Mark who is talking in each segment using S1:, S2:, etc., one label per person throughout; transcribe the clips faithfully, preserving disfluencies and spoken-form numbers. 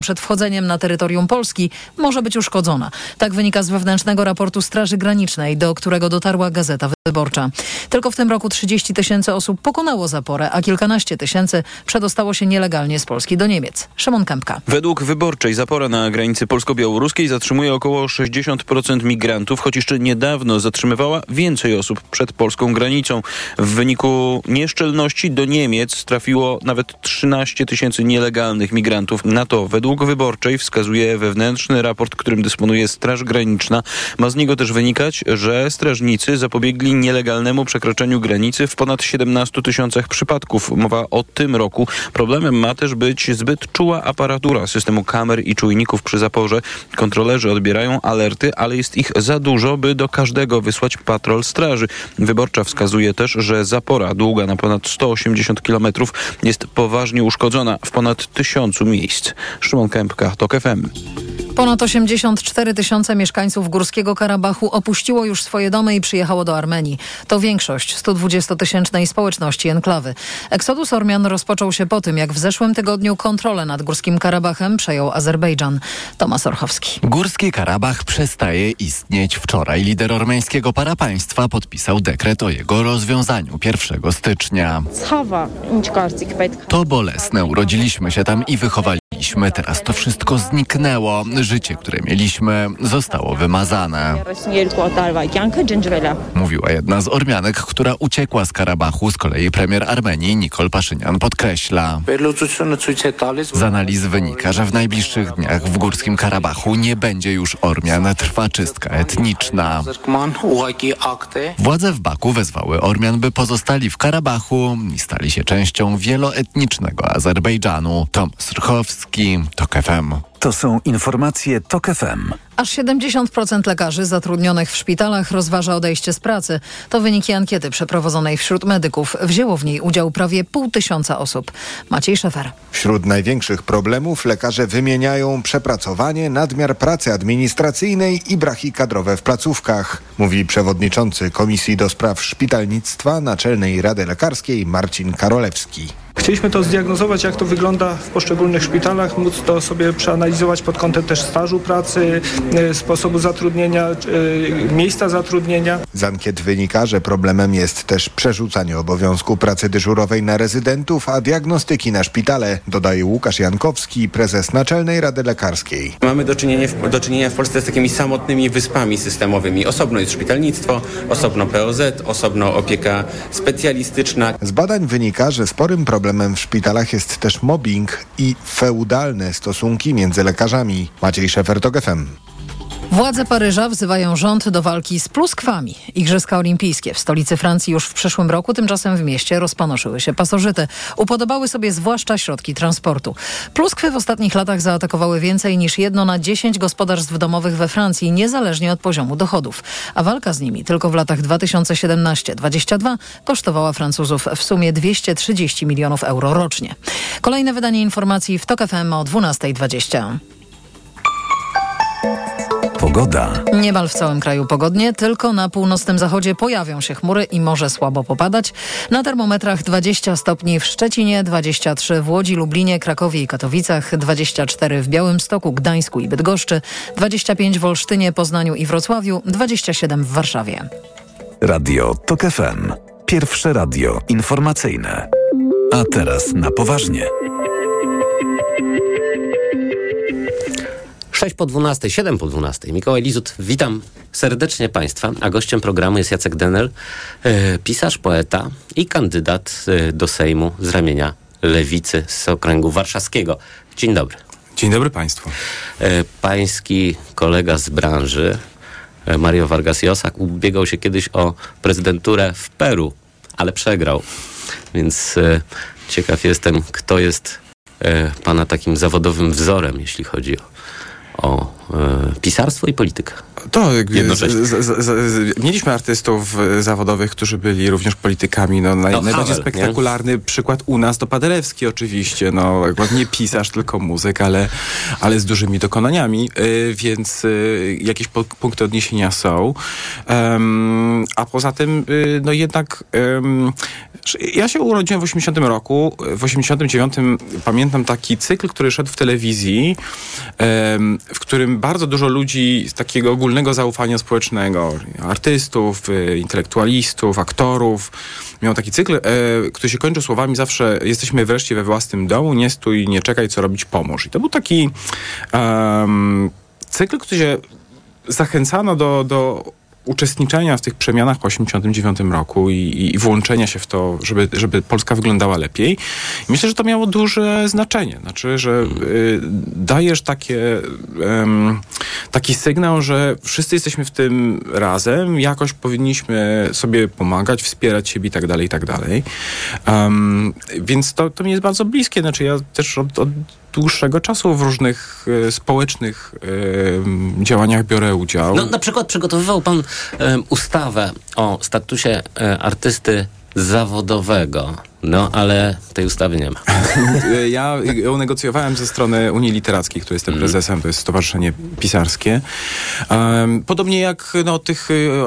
S1: przed wchodzeniem na terytorium Polski może być uszkodzona. Tak wynika z wewnętrznego raportu Straży Granicznej, do którego dotarła Gazeta Wyborcza. Tylko w tym roku trzydzieści tysięcy osób pokonało zaporę, a kilkanaście tysięcy przedostało się nielegalnie z Polski do Niemiec. Szymon Kępka.
S2: Według Wyborczej zapora na granicy polsko-białoruskiej zatrzymuje około sześćdziesiąt procent migrantów, choć jeszcze niedawno zatrzymywała więcej osób przed polską granicą. W wyniku nieszczelności do Niemiec trafiło nawet trzynaście tysięcy nielegalnych migrantów. Na to według Wyborczej wskazuje wewnętrzny raport, którym dysponuje Straż Graniczna. Ma z niego też wynikać, że strażnicy zapobiegli nielegalnemu przekroczeniu granicy w ponad siedemnastu tysiącach przypadków. Mowa o tym roku. Problemem ma też być zbyt czuła aparatura systemu kamer i czujników przy zaporze. Kontrolerzy odbierają alerty, ale jest ich za dużo, by do każdego wysłać patrol straży. Wyborcza wskazuje też, że zapora długa na ponad sto osiemdziesiąt kilometrów jest poważnie uszkodzona w ponad tysiącu miejsc. Szymon Kępka, TOK F M.
S1: Ponad osiemdziesiąt cztery tysiące mieszkańców Górskiego Karabachu opuściło już swoje domy i przyjechało do Armenii. To większość sto dwudziestotysięcznej społeczności enklawy. Eksodus Ormian rozpoczął się po tym, jak w zeszłym tygodniu kontrolę nad Górskim Karabachem przejął Azerbejdżan. Tomasz Orchowski.
S3: Górski Karabach przestaje istnieć. Wczoraj lider ormiańskiego parapaństwa podpisał dekret o jego rozwiązaniu pierwszego stycznia. To bolesne. Urodziliśmy się tam i wychowaliśmy. Teraz to wszystko zniknęło. Życie, które mieliśmy, zostało wymazane. Mówiła jedna z Ormianek, która uciekła z Karabachu. Z kolei premier Armenii Nikol Paszynian podkreśla. Z analiz wynika, że w najbliższych dniach w Górskim Karabachu nie będzie już Ormian. Trwa czystka etniczna. Władze w Baku wezwały Ormian, by pozostali w Karabachu i stali się częścią wieloetnicznego Azerbejdżanu. Tomasz Orchowski, TOK F M.
S4: To są informacje TOK F M.
S1: Aż siedemdziesiąt procent lekarzy zatrudnionych w szpitalach rozważa odejście z pracy. To wyniki ankiety przeprowadzonej wśród medyków. Wzięło w niej udział prawie pół tysiąca osób. Maciej Szefer.
S5: Wśród największych problemów lekarze wymieniają przepracowanie, nadmiar pracy administracyjnej i braki kadrowe w placówkach, mówi przewodniczący Komisji do Spraw Szpitalnictwa Naczelnej Rady Lekarskiej Marcin Karolewski.
S6: Chcieliśmy to zdiagnozować, jak to wygląda w poszczególnych szpitalach, móc to sobie przeanalizować pod kątem też stażu pracy, sposobu zatrudnienia, miejsca zatrudnienia.
S5: Z ankiet wynika, że problemem jest też przerzucanie obowiązku pracy dyżurowej na rezydentów, a diagnostyki na szpitale, dodaje Łukasz Jankowski, prezes Naczelnej Rady Lekarskiej.
S7: Mamy do czynienia, w, do czynienia w Polsce z takimi samotnymi wyspami systemowymi. Osobno jest szpitalnictwo, osobno P O Z, osobno opieka specjalistyczna.
S5: Z badań wynika, że sporym problemem w szpitalach jest też mobbing i feudalne stosunki między lekarzami. Maciej Szefer, TOK F M.
S1: Władze Paryża wzywają rząd do walki z pluskwami. Igrzyska olimpijskie w stolicy Francji już w przyszłym roku, tymczasem w mieście rozpanoszyły się pasożyty. Upodobały sobie zwłaszcza środki transportu. Pluskwy w ostatnich latach zaatakowały więcej niż jedno na dziesięć gospodarstw domowych we Francji, niezależnie od poziomu dochodów. A walka z nimi tylko w latach dwa tysiące siedemnaście dwadzieścia dwa kosztowała Francuzów w sumie dwieście trzydzieści milionów euro rocznie. Kolejne wydanie informacji w TOK F M o dwunasta dwadzieścia.
S4: Pogoda.
S1: Niemal w całym kraju pogodnie, tylko na północnym zachodzie pojawią się chmury i może słabo popadać. Na termometrach dwadzieścia stopni w Szczecinie, dwadzieścia trzy w Łodzi, Lublinie, Krakowie i Katowicach, dwadzieścia cztery w Białymstoku, Gdańsku i Bydgoszczy, dwadzieścia pięć w Olsztynie, Poznaniu i Wrocławiu, dwadzieścia siedem w Warszawie.
S4: Radio TOK F M. Pierwsze radio informacyjne. A teraz na poważnie.
S8: sześć po dwunastej, siedem po dwunastej. Mikołaj Lizut, witam serdecznie Państwa, a gościem programu jest Jacek Denel, e, pisarz, poeta i kandydat e, do Sejmu z ramienia Lewicy z okręgu warszawskiego. Dzień dobry.
S9: Dzień dobry Państwu.
S8: E, pański kolega z branży, e, Mario Vargas Llosa, ubiegał się kiedyś o prezydenturę w Peru, ale przegrał. Więc e, ciekaw jestem, kto jest e, pana takim zawodowym wzorem, jeśli chodzi o o e, pisarstwo i politykę.
S9: To jednocześnie. Z, z, z, mieliśmy artystów zawodowych, którzy byli również politykami. No, naj, no, najbardziej Havel, spektakularny nie? przykład u nas to Paderewski oczywiście. No, nie pisarz, tylko muzyk, ale, ale z dużymi dokonaniami, y, więc y, jakieś po, punkty odniesienia są. Um, a poza tym, y, no jednak um, Ja się urodziłem w osiemdziesiątym roku. W osiemdziesiątym dziewiątym pamiętam taki cykl, który szedł w telewizji, w którym bardzo dużo ludzi z takiego ogólnego zaufania społecznego, artystów, intelektualistów, aktorów, miał taki cykl, który się kończy słowami zawsze: jesteśmy wreszcie we własnym domu, nie stój, nie czekaj, co robić, pomóż. I to był taki um, cykl, który się zachęcano do, do uczestniczenia w tych przemianach po osiemdziesiątym dziewiątym roku i, i włączenia się w to, żeby, żeby Polska wyglądała lepiej. I myślę, że to miało duże znaczenie. Znaczy, że y, dajesz takie, y, taki sygnał, że wszyscy jesteśmy w tym razem, jakoś powinniśmy sobie pomagać, wspierać siebie i tak dalej, i tak dalej. Um, więc to, to mi jest bardzo bliskie. Znaczy, ja też od, od dłuższego czasu w różnych e, społecznych e, działaniach biorę udział.
S8: No, na przykład przygotowywał pan e, ustawę o statusie e, artysty zawodowego. No, ale tej ustawy nie ma.
S9: Ja ją negocjowałem ze strony Unii Literackiej, której jestem prezesem, to jest Stowarzyszenie Pisarskie. Um, podobnie jak no, tych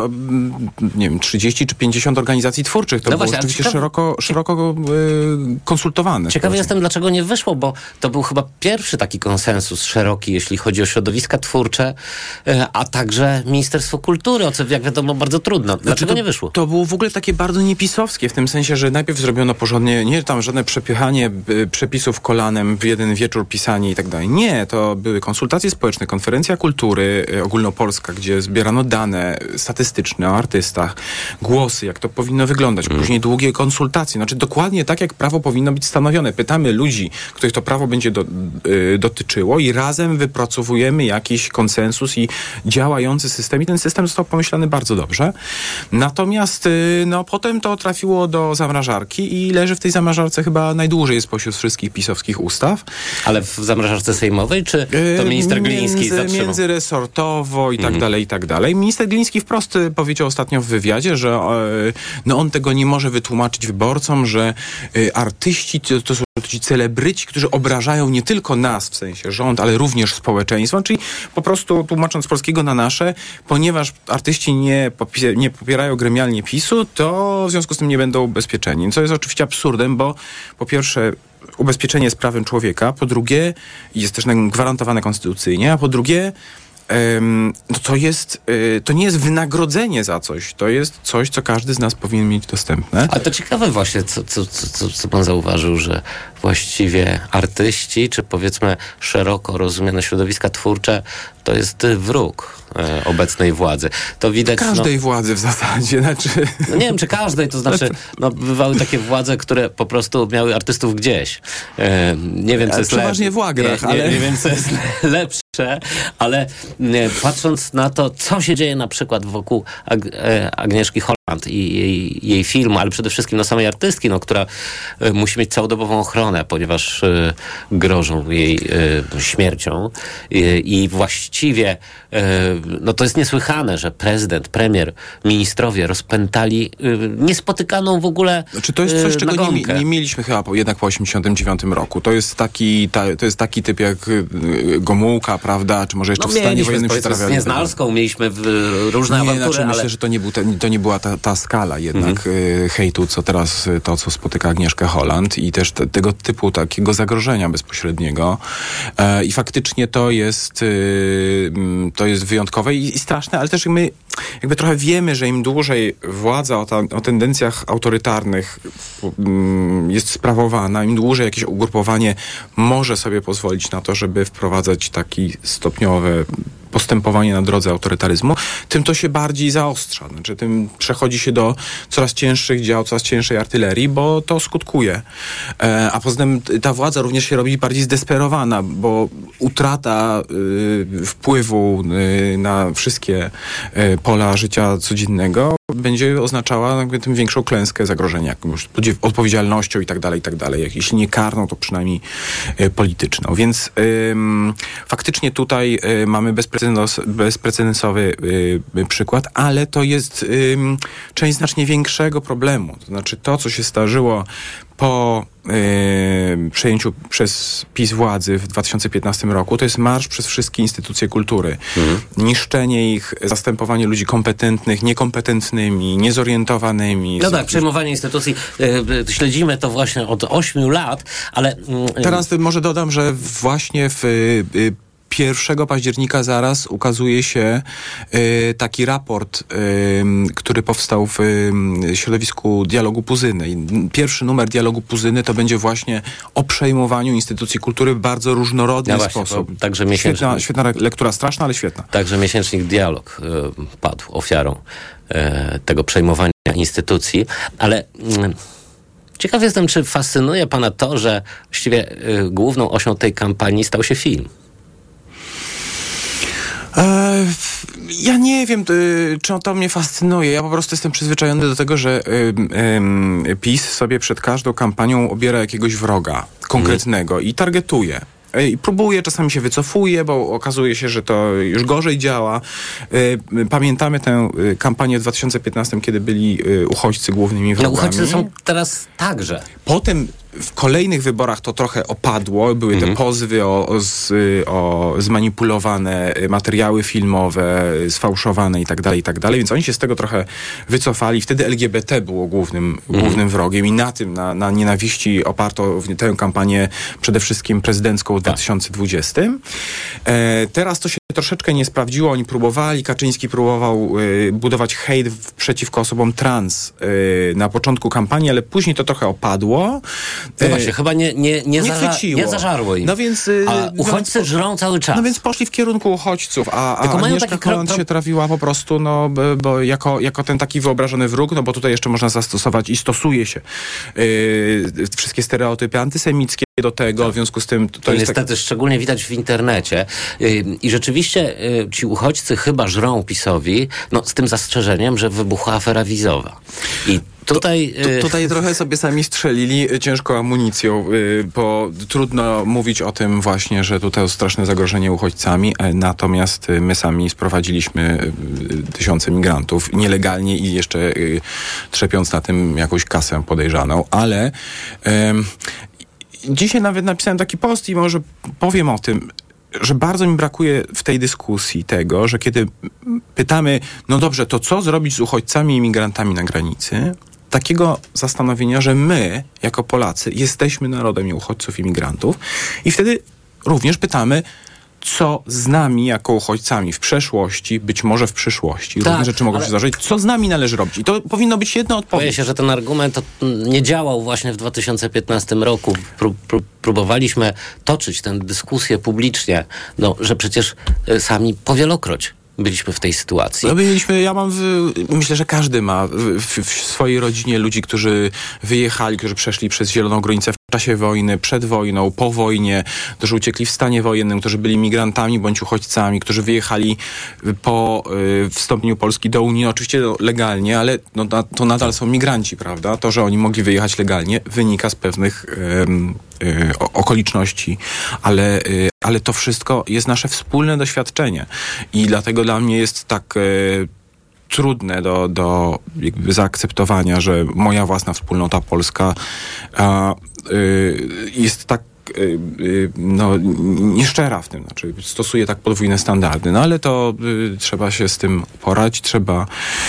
S9: nie wiem, trzydzieści czy pięćdziesiąt organizacji twórczych. To no było właśnie, oczywiście ciekawe, szeroko, szeroko y, konsultowane.
S8: Ciekawy jestem, dlaczego nie wyszło, bo to był chyba pierwszy taki konsensus szeroki, jeśli chodzi o środowiska twórcze, y, a także Ministerstwo Kultury, o co jak wiadomo bardzo trudno. Dlaczego
S9: znaczy to,
S8: nie wyszło?
S9: To było w ogóle takie bardzo niepisowskie, w tym sensie, że najpierw zrobiono porządnie, nie tam żadne przepychanie y, przepisów kolanem w jeden wieczór, pisanie i tak dalej. Nie, to były konsultacje społeczne, konferencja kultury y, ogólnopolska, gdzie zbierano dane statystyczne o artystach, głosy, jak to powinno wyglądać. Mm. Później długie konsultacje. Znaczy dokładnie tak, jak prawo powinno być stanowione. Pytamy ludzi, których to prawo będzie do, y, dotyczyło i razem wypracowujemy jakiś konsensus i działający system. I ten system został pomyślany bardzo dobrze. Natomiast y, no, potem to trafiło do zamrażarki i leży w tej zamrażarce chyba najdłużej spośród wszystkich pisowskich ustaw.
S8: Ale w zamrażarce sejmowej, czy to minister Gliński
S9: Między,
S8: zatrzymał?
S9: Międzyresortowo i tak
S8: mm.
S9: dalej, i tak dalej. Minister Gliński wprost powiedział ostatnio w wywiadzie, że no on tego nie może wytłumaczyć wyborcom, że artyści to, to są ci celebryci, którzy obrażają nie tylko nas, w sensie rząd, ale również społeczeństwo, czyli po prostu tłumacząc z polskiego na nasze, ponieważ artyści nie, popie- nie popierają gremialnie PiSu, to w związku z tym nie będą ubezpieczeni. Co jest oczywiście absurdem, bo po pierwsze ubezpieczenie jest prawem człowieka, po drugie jest też gwarantowane konstytucyjnie, a po drugie Um, no to jest, y, to nie jest wynagrodzenie za coś, to jest coś, co każdy z nas powinien mieć dostępne.
S8: Ale to ciekawe właśnie, co, co, co, co pan zauważył, że właściwie artyści, czy powiedzmy szeroko rozumiane środowiska twórcze, to jest wróg e, obecnej władzy. To widać...
S9: Każdej
S8: no,
S9: władzy w zasadzie, znaczy...
S8: No nie wiem, czy każdej, to znaczy, no bywały takie władze, które po prostu miały artystów gdzieś. E, nie wiem, co jest
S9: przeważnie w łagrach,
S8: nie,
S9: ale...
S8: Nie, nie wiem, co jest lepsze, ale nie, patrząc na to, co się dzieje na przykład wokół Ag- e, Agnieszki Holland i jej, jej filmu, ale przede wszystkim no, samej artystki, no, która e, musi mieć całodobową ochronę, ponieważ e, grożą jej e, śmiercią e, i właściwie e, no, to jest niesłychane, że prezydent, premier, ministrowie rozpętali e, niespotykaną w ogóle
S9: Czy to jest coś, czego nie, nie mieliśmy chyba po, jednak po osiemdziesiątym dziewiątym roku. To jest taki, ta, to jest taki typ jak y, Gomułka, prawda? Czy może jeszcze
S8: no,
S9: w stanie wojennym się
S8: trafiali. Z Nieznalską mieliśmy w, różne
S9: nie,
S8: awantury,
S9: znaczy,
S8: ale...
S9: Myślę, że to nie, był te, to nie była ta, ta skala jednak mm-hmm. y, hejtu, co teraz to, co spotyka Agnieszkę Holland i też te, tego typu takiego zagrożenia bezpośredniego. E, I faktycznie to jest y, to jest wyjątkowe i, i straszne, ale też my jakby trochę wiemy, że im dłużej władza o, ta, o tendencjach autorytarnych y, jest sprawowana, im dłużej jakieś ugrupowanie może sobie pozwolić na to, żeby wprowadzać taki stopniowe postępowanie na drodze autorytaryzmu, tym to się bardziej zaostrza. Znaczy, tym przechodzi się do coraz cięższych dział, coraz cięższej artylerii, bo to skutkuje. E, a poza tym ta władza również się robi bardziej zdesperowana, bo utrata y, wpływu y, na wszystkie y, pola życia codziennego będzie oznaczała jakby tym większą klęskę zagrożenia, jakąś odpowiedzialnością i tak dalej, i tak dalej. Jeśli nie karną, to przynajmniej y, polityczną. Więc y, faktycznie tutaj y, mamy bezprecedens, bezprecedensowy y, przykład, ale to jest y, część znacznie większego problemu. To znaczy to, co się zdarzyło po yy, przejęciu przez PiS władzy w dwa tysiące piętnastym roku, to jest marsz przez wszystkie instytucje kultury. Mhm. Niszczenie ich, zastępowanie ludzi kompetentnych, niekompetentnymi, niezorientowanymi.
S8: No tak, przejmowanie instytucji. Yy, śledzimy to właśnie od ośmiu lat, ale... Yy,
S9: Teraz może dodam, że właśnie w... Yy, pierwszego października zaraz ukazuje się y, taki raport, y, który powstał w y, środowisku Dialogu Puzyny. I pierwszy numer Dialogu Puzyny to będzie właśnie o przejmowaniu instytucji kultury w bardzo różnorodny
S8: ja właśnie,
S9: sposób.
S8: Także miesięcznik,
S9: świetna, świetna lektura, straszna, ale świetna.
S8: Także miesięcznik Dialog y, padł ofiarą y, tego przejmowania instytucji, ale... Y, Ciekaw jestem, czy fascynuje pana to, że właściwie y, główną osią tej kampanii stał się film?
S9: E, ja nie wiem, y, czy to mnie fascynuje. Ja po prostu jestem przyzwyczajony do tego, że y, y, PiS sobie przed każdą kampanią obiera jakiegoś wroga konkretnego mm. i targetuje. I próbuje, czasami się wycofuje, bo okazuje się, że to już gorzej działa. Pamiętamy tę kampanię w dwa tysiące piętnastym, kiedy byli uchodźcy głównymi wrogami.
S8: No uchodźcy są teraz także.
S9: Potem w kolejnych wyborach to trochę opadło. Były mhm. te pozwy o, o, z, o zmanipulowane materiały filmowe, sfałszowane i tak dalej, i tak dalej. Więc oni się z tego trochę wycofali. Wtedy L G B T było głównym, mhm. głównym wrogiem i na tym, na, na nienawiści oparto tę kampanię przede wszystkim prezydencką w dwa tysiące dwudziestym. E, teraz to się troszeczkę nie sprawdziło. Oni próbowali, Kaczyński próbował e, budować hejt w, przeciwko osobom trans e, na początku kampanii, ale później to trochę opadło.
S8: No właśnie, e, chyba nie, nie, nie,
S9: nie,
S8: zaża- nie zażarło im.
S9: No więc,
S8: a uchodźcy no, żrą cały czas.
S9: No więc poszli w kierunku uchodźców, a, a Agnieszka Holland krok... się trafiła po prostu no, bo jako, jako ten taki wyobrażony wróg, no bo tutaj jeszcze można zastosować i stosuje się yy, wszystkie stereotypy antysemickie do tego, w związku z tym... To,
S8: to
S9: jest
S8: niestety tak... szczególnie widać w internecie. Yy, I rzeczywiście yy, ci uchodźcy chyba żrą PiS-owi, no z tym zastrzeżeniem, że wybuchła afera wizowa. I Tutaj,
S9: to, to, tutaj trochę sobie sami strzelili ciężką amunicją, yy, bo trudno mówić o tym właśnie, że tutaj jest straszne zagrożenie uchodźcami, yy, natomiast yy, my sami sprowadziliśmy yy, tysiące migrantów nielegalnie i jeszcze yy, trzepiąc na tym jakąś kasę podejrzaną, ale yy, dzisiaj nawet napisałem taki post i może powiem o tym, że bardzo mi brakuje w tej dyskusji tego, że kiedy pytamy, no dobrze, to co zrobić z uchodźcami i imigrantami na granicy? Takiego zastanowienia, że my, jako Polacy, jesteśmy narodem uchodźców i imigrantów i wtedy również pytamy, co z nami jako uchodźcami w przeszłości, być może w przyszłości. Tak, różne rzeczy mogą się zdarzyć. Co z nami należy robić? I to powinno być jedna odpowiedź.
S8: Boję się, że ten argument nie działał właśnie w dwa tysiące piętnastym roku. Pró- pró- próbowaliśmy toczyć tę dyskusję publicznie, no, że przecież sami powielokroć byliśmy w tej sytuacji.
S9: No byliśmy, ja mam, w, myślę, że każdy ma w, w, w swojej rodzinie ludzi, którzy wyjechali, którzy przeszli przez zieloną granicę w czasie wojny, przed wojną, po wojnie, którzy uciekli w stanie wojennym, którzy byli migrantami bądź uchodźcami, którzy wyjechali po y, wstąpieniu Polski do Unii, no, oczywiście legalnie, ale no, na, to nadal są migranci, prawda? To, że oni mogli wyjechać legalnie, wynika z pewnych y, y, okoliczności, ale, y, ale to wszystko jest nasze wspólne doświadczenie i dlatego dla mnie jest tak y, trudne do, do jakby zaakceptowania, że moja własna wspólnota polska a, y, jest tak y, y, no, nieszczera w tym, znaczy stosuje tak podwójne standardy, no ale to y, trzeba się z tym uporać, trzeba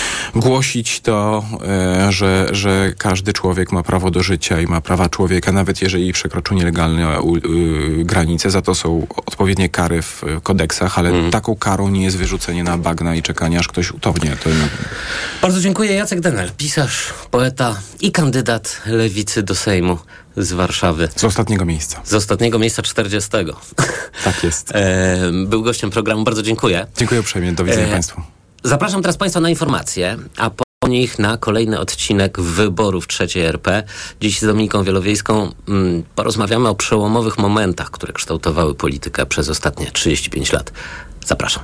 S9: głosić to, y, że, że każdy człowiek ma prawo do życia i ma prawa człowieka, nawet jeżeli przekroczył nielegalne y, y, granice, za to są odpowiednie kary w kodeksach, ale mm. taką karą nie jest wyrzucenie na bagna i czekanie, aż ktoś utopnie. To...
S8: Bardzo dziękuję. Jacek Denel, pisarz, poeta i kandydat Lewicy do Sejmu z Warszawy.
S9: Z ostatniego miejsca.
S8: Z ostatniego miejsca czterdziestego.
S9: Tak jest.
S8: E, był gościem programu. Bardzo dziękuję.
S9: Dziękuję uprzejmie. Do widzenia e, Państwu.
S8: Zapraszam teraz Państwa na informacje, a po nich na kolejny odcinek Wyborów trzeciej R P. Dziś z Dominiką Wielowiejską mm, porozmawiamy o przełomowych momentach, które kształtowały politykę przez ostatnie trzydzieści pięć lat. Zapraszam.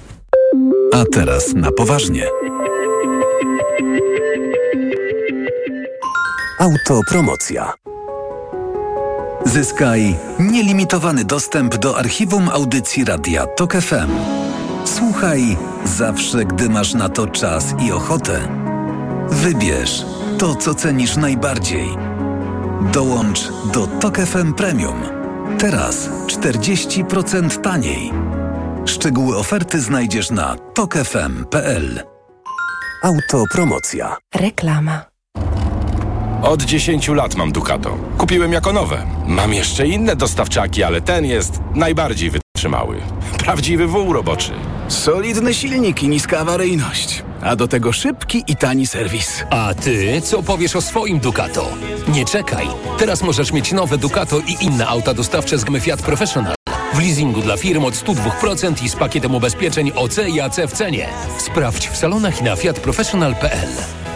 S4: A teraz na poważnie. Autopromocja. Zyskaj nielimitowany dostęp do archiwum audycji Radia Tok F M. Słuchaj zawsze, gdy masz na to czas i ochotę. Wybierz to, co cenisz najbardziej. Dołącz do Tok F M Premium. Teraz czterdzieści procent taniej. Szczegóły oferty znajdziesz na tok f m kropka p l.
S10: Autopromocja.
S11: Reklama.
S10: Od dziesięciu lat mam Ducato. Kupiłem jako nowe. Mam jeszcze inne dostawczaki, ale ten jest najbardziej wytrzymały. Prawdziwy wół roboczy.
S12: Solidny silnik i niska awaryjność. A do tego szybki i tani serwis.
S13: A ty co powiesz o swoim Ducato? Nie czekaj. Teraz możesz mieć nowe Ducato i inne auta dostawcze z gamy Fiat Professional. W leasingu dla firm od sto dwa procent i z pakietem ubezpieczeń O C i A C w cenie. Sprawdź w salonach i na fiat professional kropka p l.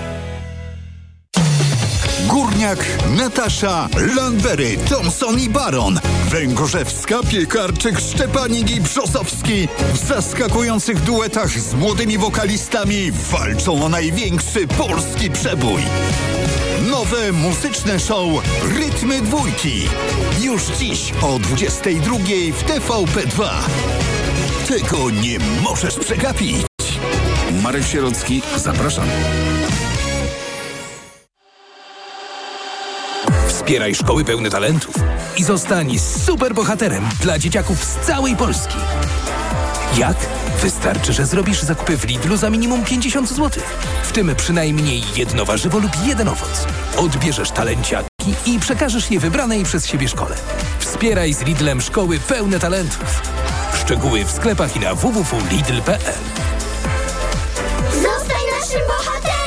S14: Górniak, Natasza, Landwery, Thompson i Baron, Węgorzewska, Piekarczyk, Szczepanik i Brzosowski w zaskakujących duetach z młodymi wokalistami walczą o największy polski przebój. Nowe muzyczne show Rytmy Dwójki. Już dziś o dwudziestej drugiej w T V P dwa. Tego nie możesz przegapić.
S12: Marek Sierocki, zapraszam. Wspieraj szkoły pełne talentów i zostań superbohaterem dla dzieciaków z całej Polski. Jak? Wystarczy, że zrobisz zakupy w Lidlu za minimum pięćdziesiąt złotych. W tym przynajmniej jedno warzywo lub jeden owoc. Odbierzesz talenciaki i przekażesz je wybranej przez siebie szkole. Wspieraj z Lidlem szkoły pełne talentów. Szczegóły w sklepach i na w w w kropka lidl kropka p l.
S15: Zostań naszym bohaterem!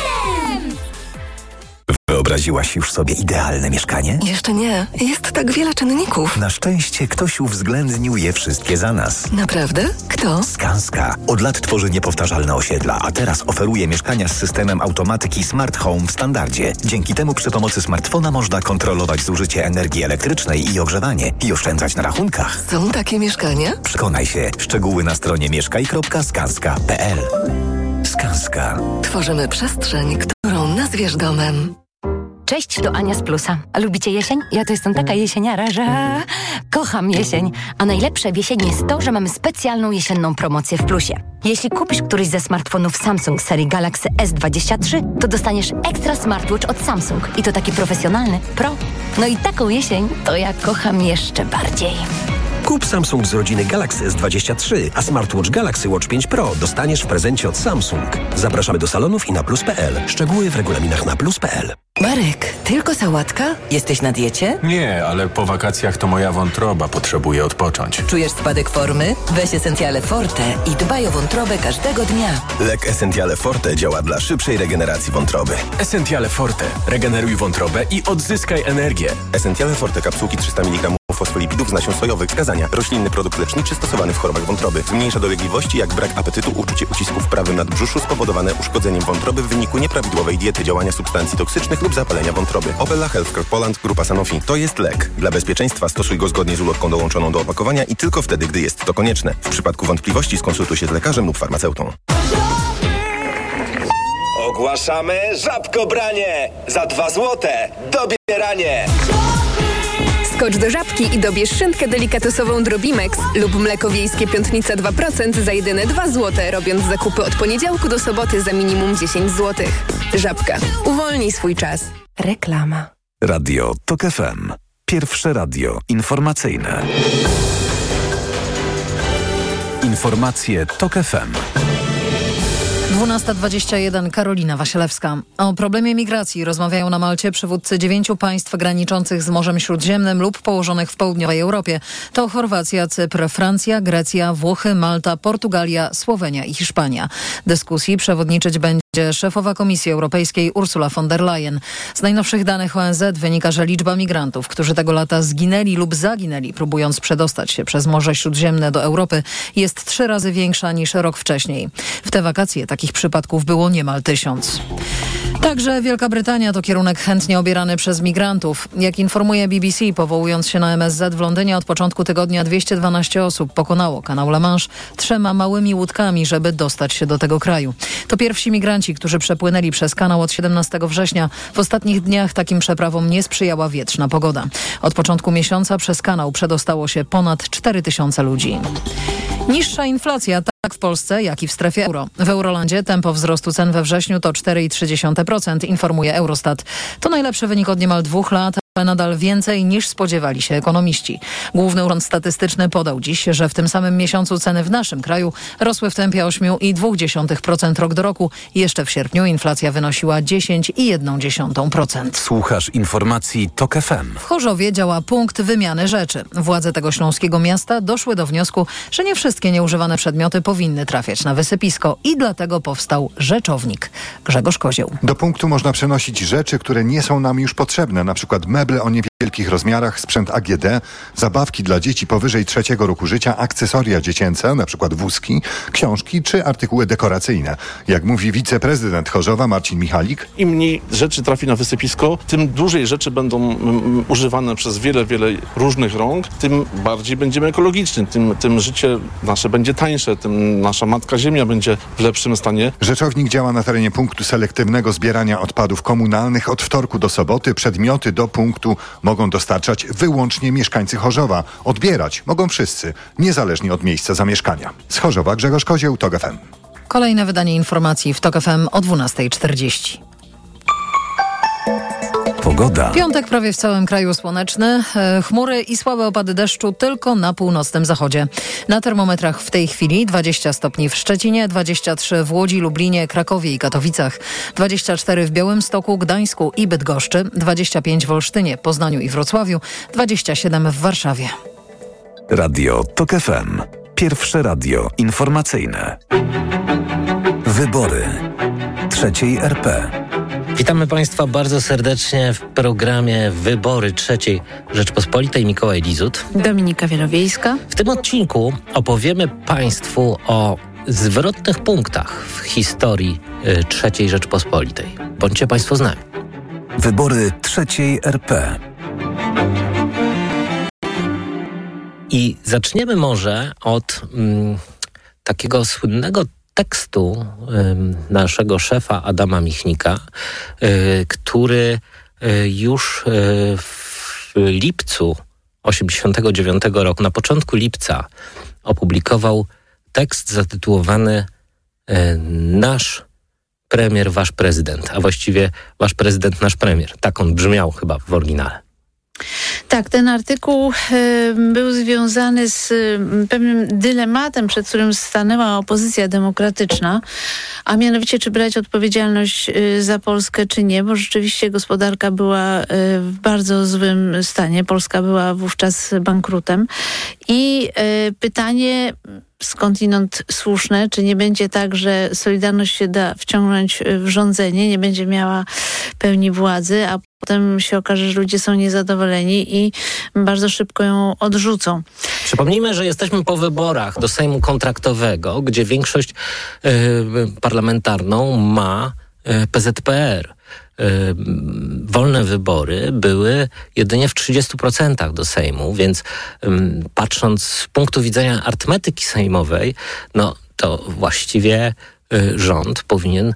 S16: Wyobraziłaś już sobie idealne mieszkanie?
S11: Jeszcze nie. Jest tak wiele czynników.
S16: Na szczęście ktoś uwzględnił je wszystkie za nas.
S11: Naprawdę? Kto?
S16: Skanska. Od lat tworzy niepowtarzalne osiedla, a teraz oferuje mieszkania z systemem automatyki Smart Home w standardzie. Dzięki temu przy pomocy smartfona można kontrolować zużycie energii elektrycznej i ogrzewanie i oszczędzać na rachunkach.
S11: Są takie mieszkania?
S16: Przekonaj się. Szczegóły na stronie mieszkaj kropka skanska kropka p l. Skanska.
S11: Tworzymy przestrzeń, którą nazwiesz domem.
S17: Cześć, to Ania z Plusa. A lubicie jesień? Ja to jestem taka jesieniara, że kocham jesień. A najlepsze w jesieni jest to, że mamy specjalną jesienną promocję w Plusie. Jeśli kupisz któryś ze smartfonów Samsung serii Galaxy S dwadzieścia trzy, to dostaniesz ekstra smartwatch od Samsung. I to taki profesjonalny, pro. No i taką jesień to ja kocham jeszcze bardziej.
S18: Kup Samsung z rodziny Galaxy S dwadzieścia trzy, a smartwatch Galaxy Watch pięć Pro dostaniesz w prezencie od Samsung. Zapraszamy do salonów i na plus kropka p l. Szczegóły w regulaminach na plus kropka p l.
S11: Marek, tylko sałatka? Jesteś na diecie?
S19: Nie, ale po wakacjach to moja wątroba potrzebuje odpocząć.
S11: Czujesz spadek formy? Weź Essentiale Forte i dbaj o wątrobę każdego dnia.
S20: Lek Essentiale Forte działa dla szybszej regeneracji wątroby.
S19: Essentiale Forte. Regeneruj wątrobę i odzyskaj energię.
S20: Essentiale Forte kapsułki trzysta miligramów fosfolipidów z nasion sojowych. Wskazania. Roślinny produkt leczniczy stosowany w chorobach wątroby. Zmniejsza dolegliwości jak brak apetytu, uczucie ucisku w prawym nadbrzuszu spowodowane uszkodzeniem wątroby w wyniku nieprawidłowej diety, działania substancji toksycznych lub zapalenia wątroby. Opella Healthcare Poland, Grupa Sanofi. To jest lek. Dla bezpieczeństwa stosuj go zgodnie z ulotką dołączoną do opakowania i tylko wtedy, gdy jest to konieczne. W przypadku wątpliwości skonsultuj się z lekarzem lub farmaceutą.
S21: Ogłaszamy żabkobranie! Za dwa złote dobieranie!
S22: Skocz do Żabki i dobierz szynkę delikatesową Drobimex lub mleko wiejskie Piątnica dwa procent za jedyne dwa złote, robiąc zakupy od poniedziałku do soboty za minimum dziesięć złotych. Żabka. Uwolnij swój czas.
S11: Reklama.
S4: Radio Tok F M. Pierwsze radio informacyjne. Informacje Tok F M.
S1: dwunasta dwadzieścia jeden, Karolina Wasielewska. O problemie migracji rozmawiają na Malcie przywódcy dziewięciu państw graniczących z Morzem Śródziemnym lub położonych w południowej Europie. To Chorwacja, Cypr, Francja, Grecja, Włochy, Malta, Portugalia, Słowenia i Hiszpania. Dyskusji przewodniczyć będzie szefowa Komisji Europejskiej Ursula von der Leyen. Z najnowszych danych O N Z wynika, że liczba migrantów, którzy tego lata zginęli lub zaginęli, próbując przedostać się przez Morze Śródziemne do Europy, jest trzy razy większa niż rok wcześniej. W te wakacje takich przypadków było niemal tysiąc. Także Wielka Brytania to kierunek chętnie obierany przez migrantów. Jak informuje B B C, powołując się na M S Z, w Londynie od początku tygodnia dwieście dwanaście osób pokonało kanał La Manche trzema małymi łódkami, żeby dostać się do tego kraju. To pierwsi migranci, którzy przepłynęli przez kanał od siedemnastego września. W ostatnich dniach takim przeprawom nie sprzyjała wietrzna pogoda. Od początku miesiąca przez kanał przedostało się ponad cztery tysiące ludzi. Niższa inflacja tak w Polsce, jak i w strefie euro. W Eurolandzie tempo wzrostu cen we wrześniu to cztery przecinek trzy procent, informuje Eurostat. To najlepszy wynik od niemal dwóch lat, nadal więcej niż spodziewali się ekonomiści. Główny Urząd Statystyczny podał dziś, że w tym samym miesiącu ceny w naszym kraju rosły w tempie osiem przecinek dwa procent rok do roku. Jeszcze w sierpniu inflacja wynosiła dziesięć przecinek jeden procent.
S4: Słuchasz informacji TOK F M.
S1: W Chorzowie działa punkt wymiany rzeczy. Władze tego śląskiego miasta doszły do wniosku, że nie wszystkie nieużywane przedmioty powinny trafiać na wysypisko i dlatego powstał rzeczownik. Grzegorz Kozieł.
S2: Do punktu można przenosić rzeczy, które nie są nam już potrzebne, na przykład meble o niewielkich rozmiarach, sprzęt A G D, zabawki dla dzieci powyżej trzeciego roku życia, akcesoria dziecięce, na przykład wózki, książki czy artykuły dekoracyjne. Jak mówi wiceprezydent Chorzowa Marcin Michalik.
S15: Im mniej rzeczy trafi na wysypisko, tym dłużej rzeczy będą mm, używane przez wiele, wiele różnych rąk, tym bardziej będziemy ekologiczni, tym, tym życie nasze będzie tańsze, tym nasza matka ziemia będzie w lepszym stanie.
S2: Rzeczownik działa na terenie punktu selektywnego zbierania odpadów komunalnych. Od wtorku do soboty przedmioty do punktu mogą dostarczać wyłącznie mieszkańcy Chorzowa. Odbierać mogą wszyscy, niezależnie od miejsca zamieszkania. Z Chorzowa Grzegorz Kozieł, TOK F M.
S1: Kolejne wydanie informacji w TOK F M o dwunasta czterdzieści.
S4: Pogoda.
S1: Piątek prawie w całym kraju słoneczny, e, chmury i słabe opady deszczu tylko na północnym zachodzie. Na termometrach w tej chwili dwadzieścia stopni w Szczecinie, dwadzieścia trzy w Łodzi, Lublinie, Krakowie i Katowicach, dwadzieścia cztery w Białymstoku, Gdańsku i Bydgoszczy, dwadzieścia pięć w Olsztynie, Poznaniu i Wrocławiu, dwadzieścia siedem w Warszawie.
S4: Radio TOK F M. Pierwsze radio informacyjne. Wybory trzeciej R P.
S23: Witamy Państwa bardzo serdecznie w programie Wybory trzeciej Rzeczpospolitej. Mikołaj Lizut.
S24: Dominika Wielowiejska.
S23: W tym odcinku opowiemy Państwu o zwrotnych punktach w historii y, trzeciej Rzeczpospolitej. Bądźcie Państwo z nami.
S4: Wybory trzeciej R P.
S23: I zaczniemy może od mm, takiego słynnego tekstu y, naszego szefa Adama Michnika, y, który y, już y, w lipcu osiemdziesiątego dziewiątego roku, na początku lipca, opublikował tekst zatytułowany y, Nasz premier, wasz prezydent, a właściwie wasz prezydent, nasz premier. Tak on brzmiał chyba w oryginale.
S24: Tak, ten artykuł y, był związany z y, pewnym dylematem, przed którym stanęła opozycja demokratyczna, a mianowicie czy brać odpowiedzialność y, za Polskę, czy nie, bo rzeczywiście gospodarka była y, w bardzo złym stanie. Polska była wówczas bankrutem i y, pytanie skądinąd słuszne, czy nie będzie tak, że Solidarność się da wciągnąć w rządzenie, nie będzie miała pełni władzy, a potem się okaże, że ludzie są niezadowoleni i bardzo szybko ją odrzucą.
S23: Przypomnijmy, że jesteśmy po wyborach do Sejmu kontraktowego, gdzie większość y, parlamentarną ma y, P Z P R. Y, wolne wybory były jedynie w trzydziestu procentach do Sejmu, więc y, patrząc z punktu widzenia arytmetyki sejmowej, no to właściwie y, rząd powinien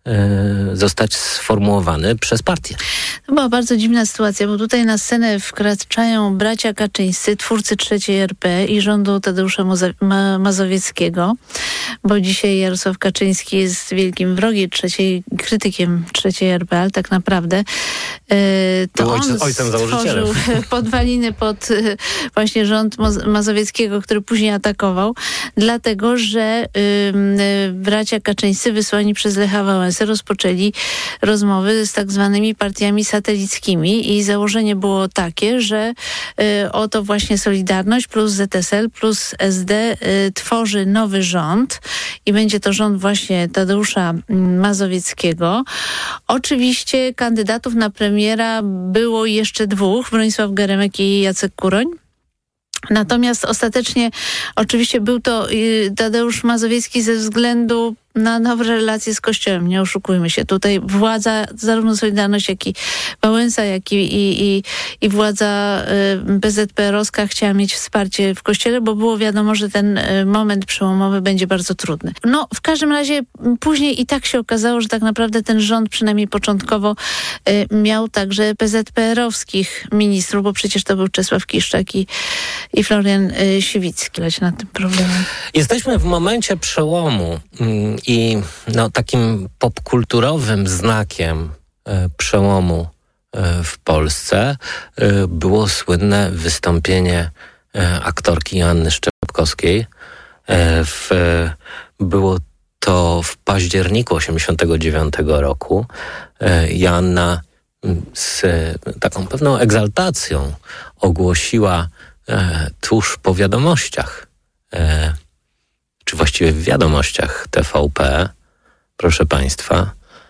S23: zostać sformułowany przez partię.
S24: To była bardzo dziwna sytuacja, bo tutaj na scenę wkraczają bracia Kaczyńscy, twórcy trzeciej R P i rządu Tadeusza Ma- Mazowieckiego, bo dzisiaj Jarosław Kaczyński jest wielkim wrogiem trzeciej, krytykiem trzeciej R P, ale tak naprawdę yy, to
S23: ojcem,
S24: on
S23: ojcem założycielem.
S24: stworzył podwaliny pod yy, właśnie rząd Moz- Mazowieckiego, który później atakował, dlatego, że yy, bracia Kaczyńscy wysłani przez Lecha Wałęsę rozpoczęli rozmowy z tak zwanymi partiami satelickimi i założenie było takie, że y, oto właśnie Solidarność plus Z S L plus S D y, tworzy nowy rząd i będzie to rząd właśnie Tadeusza Mazowieckiego. Oczywiście kandydatów na premiera było jeszcze dwóch, Bronisław Geremek i Jacek Kuroń. Natomiast ostatecznie oczywiście był to y, Tadeusz Mazowiecki ze względu na nowe relacje z Kościołem. Nie oszukujmy się. Tutaj władza, zarówno Solidarność, jak i Wałęsa, jak i, i, i, i władza y, P Z P R-owska chciała mieć wsparcie w Kościele, bo było wiadomo, że ten y, moment przełomowy będzie bardzo trudny. No, w każdym razie później i tak się okazało, że tak naprawdę ten rząd, przynajmniej początkowo, y, miał także P Z P R-owskich ministrów, bo przecież to był Czesław Kiszczak i, i Florian y, Siwicki. Nad tym problemem.
S23: Jesteśmy w momencie przełomu. Mm, I no, takim popkulturowym znakiem e, przełomu w Polsce było słynne wystąpienie aktorki Joanny Szczepkowskiej. W, było to w październiku osiemdziesiątego dziewiątego roku. Joanna z taką pewną egzaltacją ogłosiła tuż po wiadomościach, czy właściwie w wiadomościach T V P, proszę Państwa,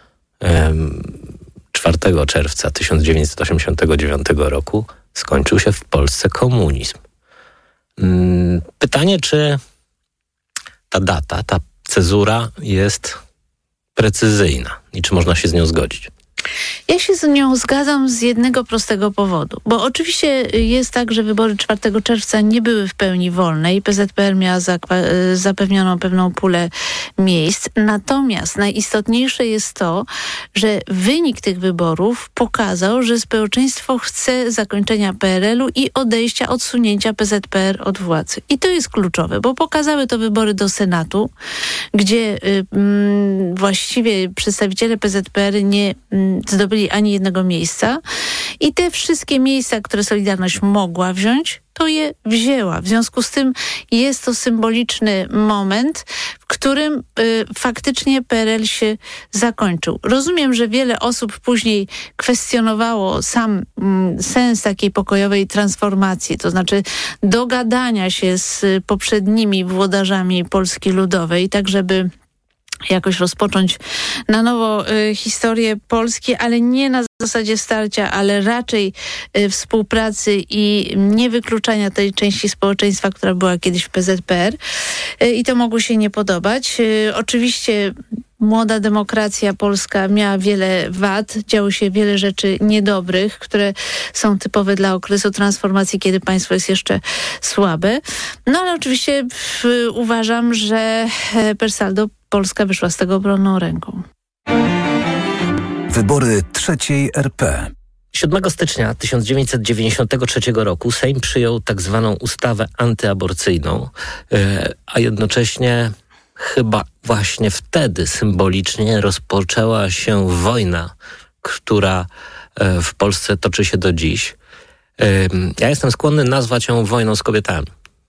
S23: czwartego czerwca tysiąc dziewięćset osiemdziesiątego dziewiątego roku skończył się w Polsce komunizm. Pytanie, czy ta data, ta cezura jest precyzyjna i czy można się z nią zgodzić?
S24: Ja się z nią zgadzam z jednego prostego powodu, bo oczywiście jest tak, że wybory czwartego czerwca nie były w pełni wolne i P Z P R miała zapewnioną pewną pulę miejsc, natomiast najistotniejsze jest to, że wynik tych wyborów pokazał, że społeczeństwo chce zakończenia P R L u i odejścia, odsunięcia P Z P R od władzy. I to jest kluczowe, bo pokazały to wybory do Senatu, gdzie y, y, właściwie przedstawiciele P Z P R nie y, zdobyli ani jednego miejsca i te wszystkie miejsca, które Solidarność mogła wziąć, to je wzięła. W związku z tym jest to symboliczny moment, w którym y, faktycznie P R L się zakończył. Rozumiem, że wiele osób później kwestionowało sam y, sens takiej pokojowej transformacji, to znaczy dogadania się z poprzednimi włodarzami Polski Ludowej, tak żeby jakoś rozpocząć na nowo y, historię Polski, ale nie na zasadzie starcia, ale raczej y, współpracy i niewykluczania tej części społeczeństwa, która była kiedyś w P Z P R. Y, I to mogło się nie podobać. Y, oczywiście młoda demokracja polska miała wiele wad, działo się wiele rzeczy niedobrych, które są typowe dla okresu transformacji, kiedy państwo jest jeszcze słabe. No ale oczywiście w, uważam, że per saldo Polska wyszła z tego obronną ręką.
S4: Wybory trzeciej R P.
S23: siódmego stycznia tysiąc dziewięćset dziewięćdziesiątego trzeciego roku Sejm przyjął tak zwaną ustawę antyaborcyjną, a jednocześnie chyba właśnie wtedy symbolicznie rozpoczęła się wojna, która w Polsce toczy się do dziś. Ja jestem skłonny nazwać ją wojną z kobietami.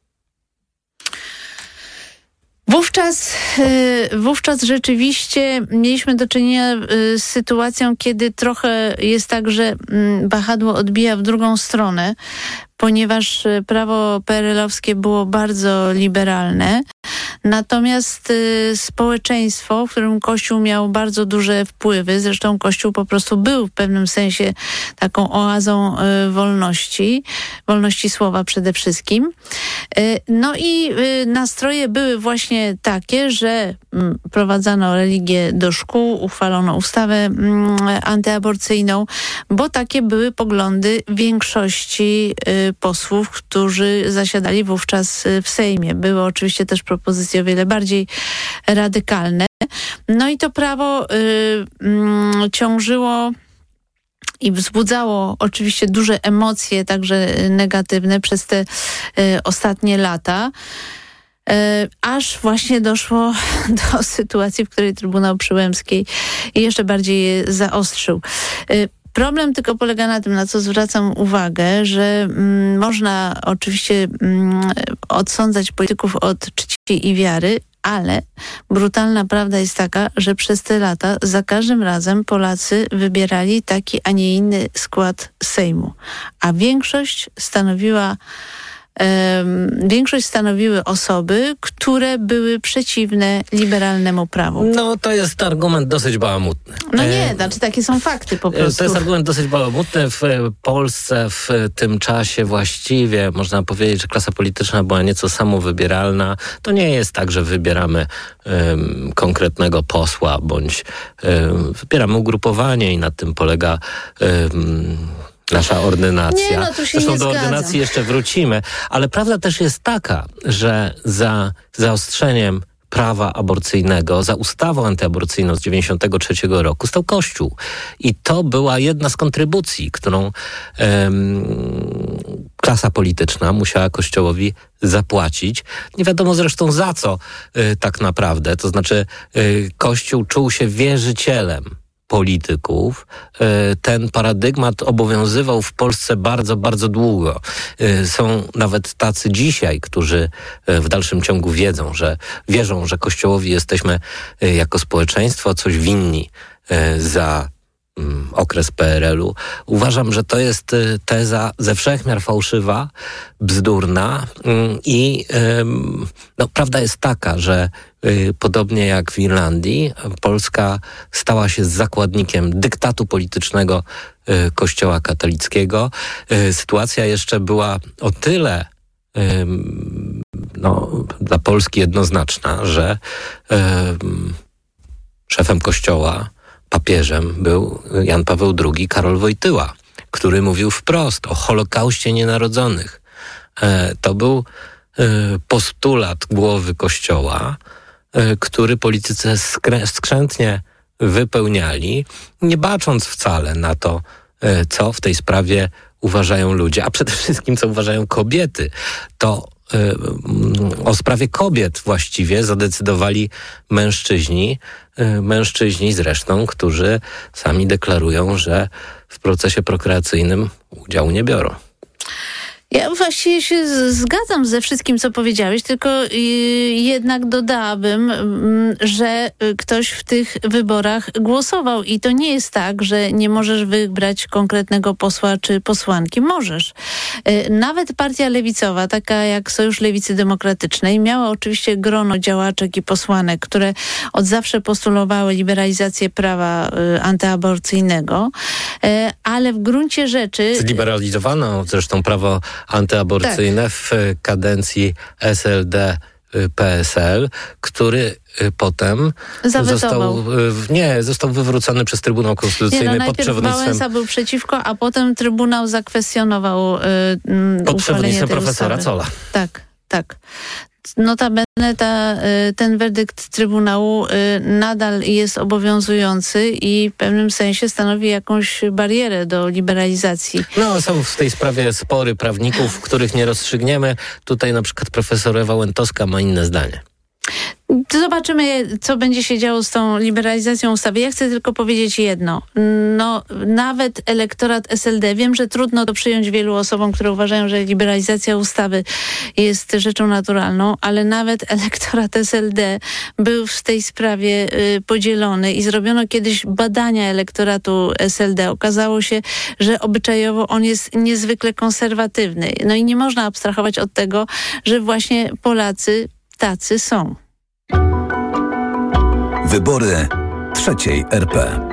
S24: Wówczas, wówczas rzeczywiście mieliśmy do czynienia z sytuacją, kiedy trochę jest tak, że wahadło odbija w drugą stronę, ponieważ prawo P R L-owskie było bardzo liberalne. Natomiast y, społeczeństwo, w którym Kościół miał bardzo duże wpływy, zresztą Kościół po prostu był w pewnym sensie taką oazą y, wolności, wolności słowa przede wszystkim. Y, no i y, nastroje były właśnie takie, że y, prowadzano religię do szkół, uchwalono ustawę y, antyaborcyjną, bo takie były poglądy większości y, posłów, którzy zasiadali wówczas y, w Sejmie. Były oczywiście też propozycje o wiele bardziej radykalne. No i to prawo y, y, ciążyło i wzbudzało oczywiście duże emocje, także negatywne przez te y, ostatnie lata. Y, aż właśnie doszło do sytuacji, w której Trybunał Przyłębskiej jeszcze bardziej je zaostrzył. Y, Problem tylko polega na tym, na co zwracam uwagę, że mm, można oczywiście mm, odsądzać polityków od czci i wiary, ale brutalna prawda jest taka, że przez te lata za każdym razem Polacy wybierali taki, a nie inny skład Sejmu. A większość stanowiła Um, większość stanowiły osoby, które były przeciwne liberalnemu prawu.
S23: No to jest argument dosyć bałamutny.
S24: No nie, e, znaczy takie są fakty po prostu.
S23: To jest argument dosyć bałamutny. W Polsce w tym czasie właściwie można powiedzieć, że klasa polityczna była nieco samowybieralna. To nie jest tak, że wybieramy um, konkretnego posła, bądź um, wybieramy ugrupowanie i na tym polega um, nasza ordynacja.
S24: Nie, no, tu się
S23: Zresztą
S24: nie
S23: do
S24: zgadzam.
S23: ordynacji jeszcze wrócimy. Ale prawda też jest taka, że za zaostrzeniem prawa aborcyjnego, za ustawą antyaborcyjną z dziewięćdziesiątego trzeciego roku stał Kościół. I to była jedna z kontrybucji, którą em, klasa polityczna musiała Kościołowi zapłacić. Nie wiadomo zresztą za co y, tak naprawdę. To znaczy y, Kościół czuł się wierzycielem polityków. Ten paradygmat obowiązywał w Polsce bardzo, bardzo długo. Są nawet tacy dzisiaj, którzy w dalszym ciągu wiedzą, że wierzą, że Kościołowi jesteśmy jako społeczeństwo coś winni za okres P R L u. Uważam, że to jest teza ze wszechmiar fałszywa, bzdurna i no, prawda jest taka, że podobnie jak w Irlandii, Polska stała się zakładnikiem dyktatu politycznego Kościoła katolickiego. Sytuacja jeszcze była o tyle no, dla Polski jednoznaczna, że szefem Kościoła, papieżem był Jan Paweł drugi, Karol Wojtyła, który mówił wprost o Holokauście nienarodzonych. To był postulat głowy Kościoła, który politycy skrę- skrzętnie wypełniali, nie bacząc wcale na to, co w tej sprawie uważają ludzie, a przede wszystkim co uważają kobiety. To o sprawie kobiet właściwie zadecydowali mężczyźni, mężczyźni zresztą, którzy sami deklarują, że w procesie prokreacyjnym udziału nie biorą.
S24: Ja właściwie się zgadzam ze wszystkim, co powiedziałeś, tylko jednak dodałabym, że ktoś w tych wyborach głosował i to nie jest tak, że nie możesz wybrać konkretnego posła czy posłanki. Możesz. Nawet partia lewicowa, taka jak Sojusz Lewicy Demokratycznej, miała oczywiście grono działaczek i posłanek, które od zawsze postulowały liberalizację prawa antyaborcyjnego, ale w gruncie rzeczy...
S23: Zliberalizowano zresztą prawo antyaborcyjne tak. w kadencji S L D P S L, który potem
S24: Zawetował.
S23: został nie, został wywrócony przez Trybunał Konstytucyjny
S24: nie, no,
S23: pod przewodnictwem...
S24: Wałęsa był przeciwko, a potem Trybunał zakwestionował y,
S23: pod przewodnictwem profesora
S24: ustawy.
S23: Zolla.
S24: Tak, tak. Notabene ta, ten werdykt Trybunału nadal jest obowiązujący i w pewnym sensie stanowi jakąś barierę do liberalizacji.
S23: No, są w tej sprawie spory prawników, których nie rozstrzygniemy. Tutaj na przykład profesor Ewa Łętowska ma inne zdanie.
S24: Zobaczymy, co będzie się działo z tą liberalizacją ustawy. Ja chcę tylko powiedzieć jedno. No, nawet elektorat S L D, wiem, że trudno to przyjąć wielu osobom, które uważają, że liberalizacja ustawy jest rzeczą naturalną, ale nawet elektorat S L D był w tej sprawie y, podzielony i zrobiono kiedyś badania elektoratu S L D. Okazało się, że obyczajowo on jest niezwykle konserwatywny. No i nie można abstrahować od tego, że właśnie Polacy tacy są.
S4: Wybory trzeciej R P.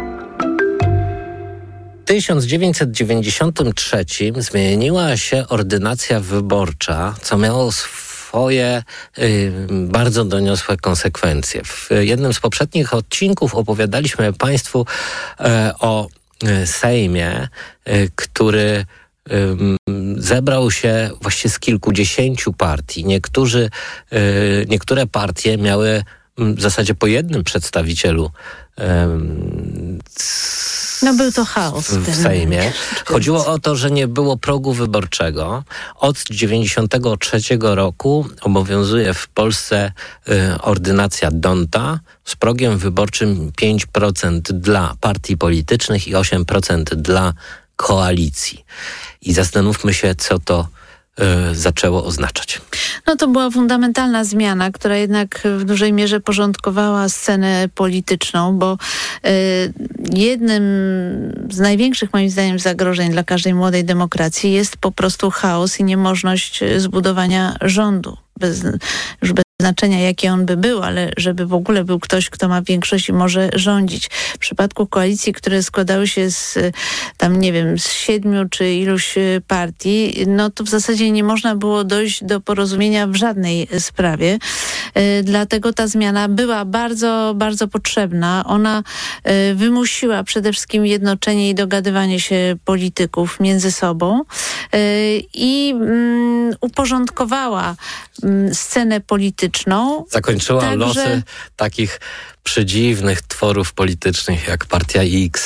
S23: W tysiąc dziewięćset dziewięćdziesiątym trzecim zmieniła się ordynacja wyborcza, co miało swoje y, bardzo doniosłe konsekwencje. W jednym z poprzednich odcinków opowiadaliśmy Państwu y, o y, Sejmie, y, który zebrał się właściwie z kilkudziesięciu partii. Niektórzy, y, niektóre partie miały w zasadzie po jednym przedstawicielu um,
S24: no był to chaos
S23: w, w Sejmie. Chodziło o to, że nie było progu wyborczego. Od dziewięćdziesiątego trzeciego roku obowiązuje w Polsce y, ordynacja D'Hondta z progiem wyborczym pięć procent dla partii politycznych i osiem procent dla koalicji. I zastanówmy się, co to y, zaczęło oznaczać.
S24: No to była fundamentalna zmiana, która jednak w dużej mierze porządkowała scenę polityczną, bo y, jednym z największych moim zdaniem zagrożeń dla każdej młodej demokracji jest po prostu chaos i niemożność zbudowania rządu. Bez, już bez znaczenia, jaki on by był, ale żeby w ogóle był ktoś, kto ma większość i może rządzić. W przypadku koalicji, które składały się z tam, nie wiem, z siedmiu czy iluś partii, no to w zasadzie nie można było dojść do porozumienia w żadnej sprawie. Yy, dlatego ta zmiana była bardzo, bardzo potrzebna. Ona yy, wymusiła przede wszystkim jednoczenie i dogadywanie się polityków między sobą yy, i yy, uporządkowała yy, scenę polityczną.
S23: Zakończyła
S24: Także...
S23: losy takich przedziwnych tworów politycznych jak Partia X,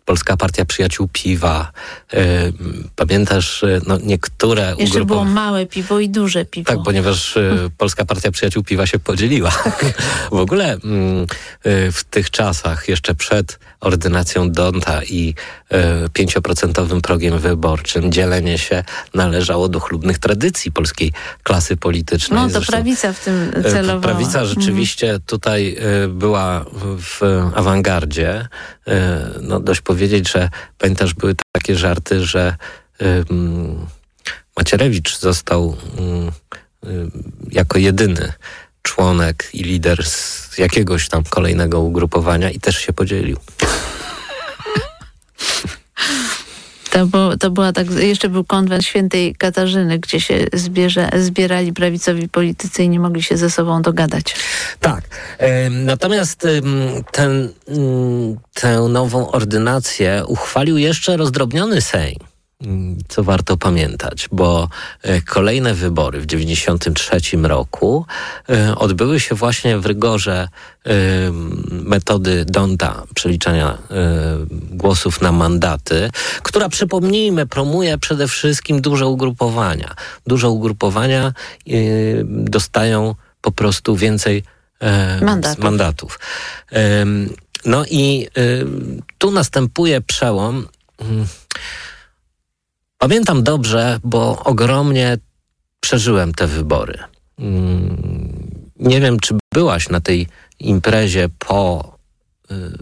S23: Polska Partia Przyjaciół Piwa. Pamiętasz, no niektóre
S24: Jeszcze
S23: ugrupowania...
S24: było małe piwo i duże piwo.
S23: Tak, ponieważ Polska Partia Przyjaciół Piwa się podzieliła. W ogóle w tych czasach, jeszcze przed ordynacją Donta i pięcioprocentowym progiem wyborczym, dzielenie się należało do chlubnych tradycji polskiej klasy politycznej.
S24: No to
S23: Zresztą
S24: prawica w tym celowała.
S23: Prawica rzeczywiście mhm. tutaj była w awangardzie. No dość powiedzieć, że pamiętasz, były takie żarty, że um, Macierewicz został um, um, jako jedyny członek i lider z jakiegoś tam kolejnego ugrupowania i też się podzielił.
S24: To, bo, to była tak, jeszcze był konwent Świętej Katarzyny, gdzie się zbierze, zbierali prawicowi politycy i nie mogli się ze sobą dogadać.
S23: Tak. E, natomiast e, ten, m, tę nową ordynację uchwalił jeszcze rozdrobniony Sejm. Co warto pamiętać, bo kolejne wybory w dziewięćdziesiątym trzecim roku odbyły się właśnie w rygorze metody Donta, przeliczania głosów na mandaty, która, przypomnijmy, promuje przede wszystkim duże ugrupowania. Duże ugrupowania dostają po prostu więcej mandatów. mandatów. No i tu następuje przełom. Pamiętam dobrze, bo ogromnie przeżyłem te wybory. Nie wiem, czy byłaś na tej imprezie po